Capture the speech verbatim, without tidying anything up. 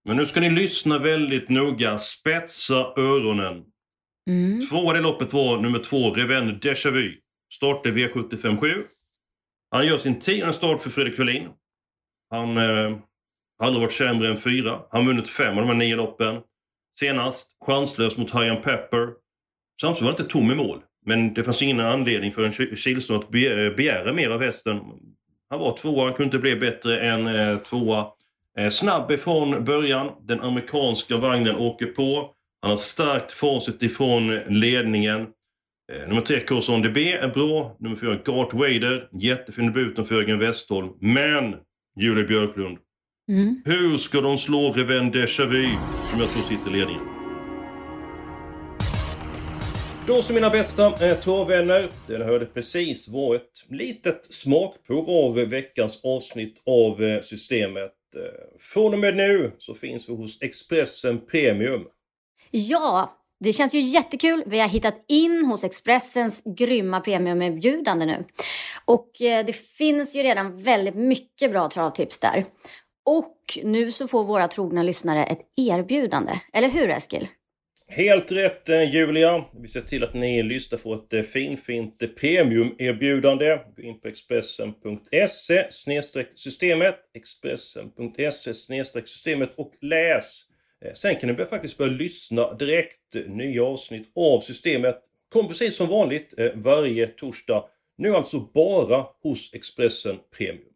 Men nu ska ni lyssna väldigt noga. Spetsa öronen. Mm. Två i loppet var nummer två, Revenge Déjà Vu. Startar V sjuttiofem sju. Han gör sin tionde start för Fredrik Wallin. Han eh, har aldrig varit sämre än fyra. Han har vunnit fem av de här nio loppen. Senast chanslös mot Hyan Pepper. Samtidigt var det inte tom i mål. Men det fanns ingen anledning för en Kihlström att begära mer av hästen. Han var tvåa, han kunde inte bli bättre än eh, tvåa. Eh, snabb ifrån början. Den amerikanska vagnen åker på. Han har starkt facit ifrån ledningen. Eh, nummer tre, Corson D B är bra. Nummer fyra, Gart Wader. Jättefin debuten för Jörgen Westholm. Men, Julie Björklund. Mm. Hur ska de slå Revenge Déjà Vu som jag tror sitter i ledningen? Då som mina bästa eh, travvänner, det hörde precis var ett litet smakprov av veckans avsnitt av eh, systemet. Eh, från och med nu så finns vi hos Expressen Premium. Ja, det känns ju jättekul. Vi har hittat in hos Expressens grymma premiumerbjudande nu. Och eh, det finns ju redan väldigt mycket bra travtips där. Och nu så får våra trogna lyssnare ett erbjudande. Eller hur, Eskil? Helt rätt, Julia. Vi ser till att ni lyssnar på ett eh, finfint premiumerbjudande. Gå in på expressen punkt se snedstreck systemet. expressen punkt se snedstreck systemet och läs. Eh, sen kan ni faktiskt börja lyssna direkt. Nya avsnitt av systemet. Kom precis som vanligt eh, varje torsdag. Nu alltså bara hos Expressen Premium.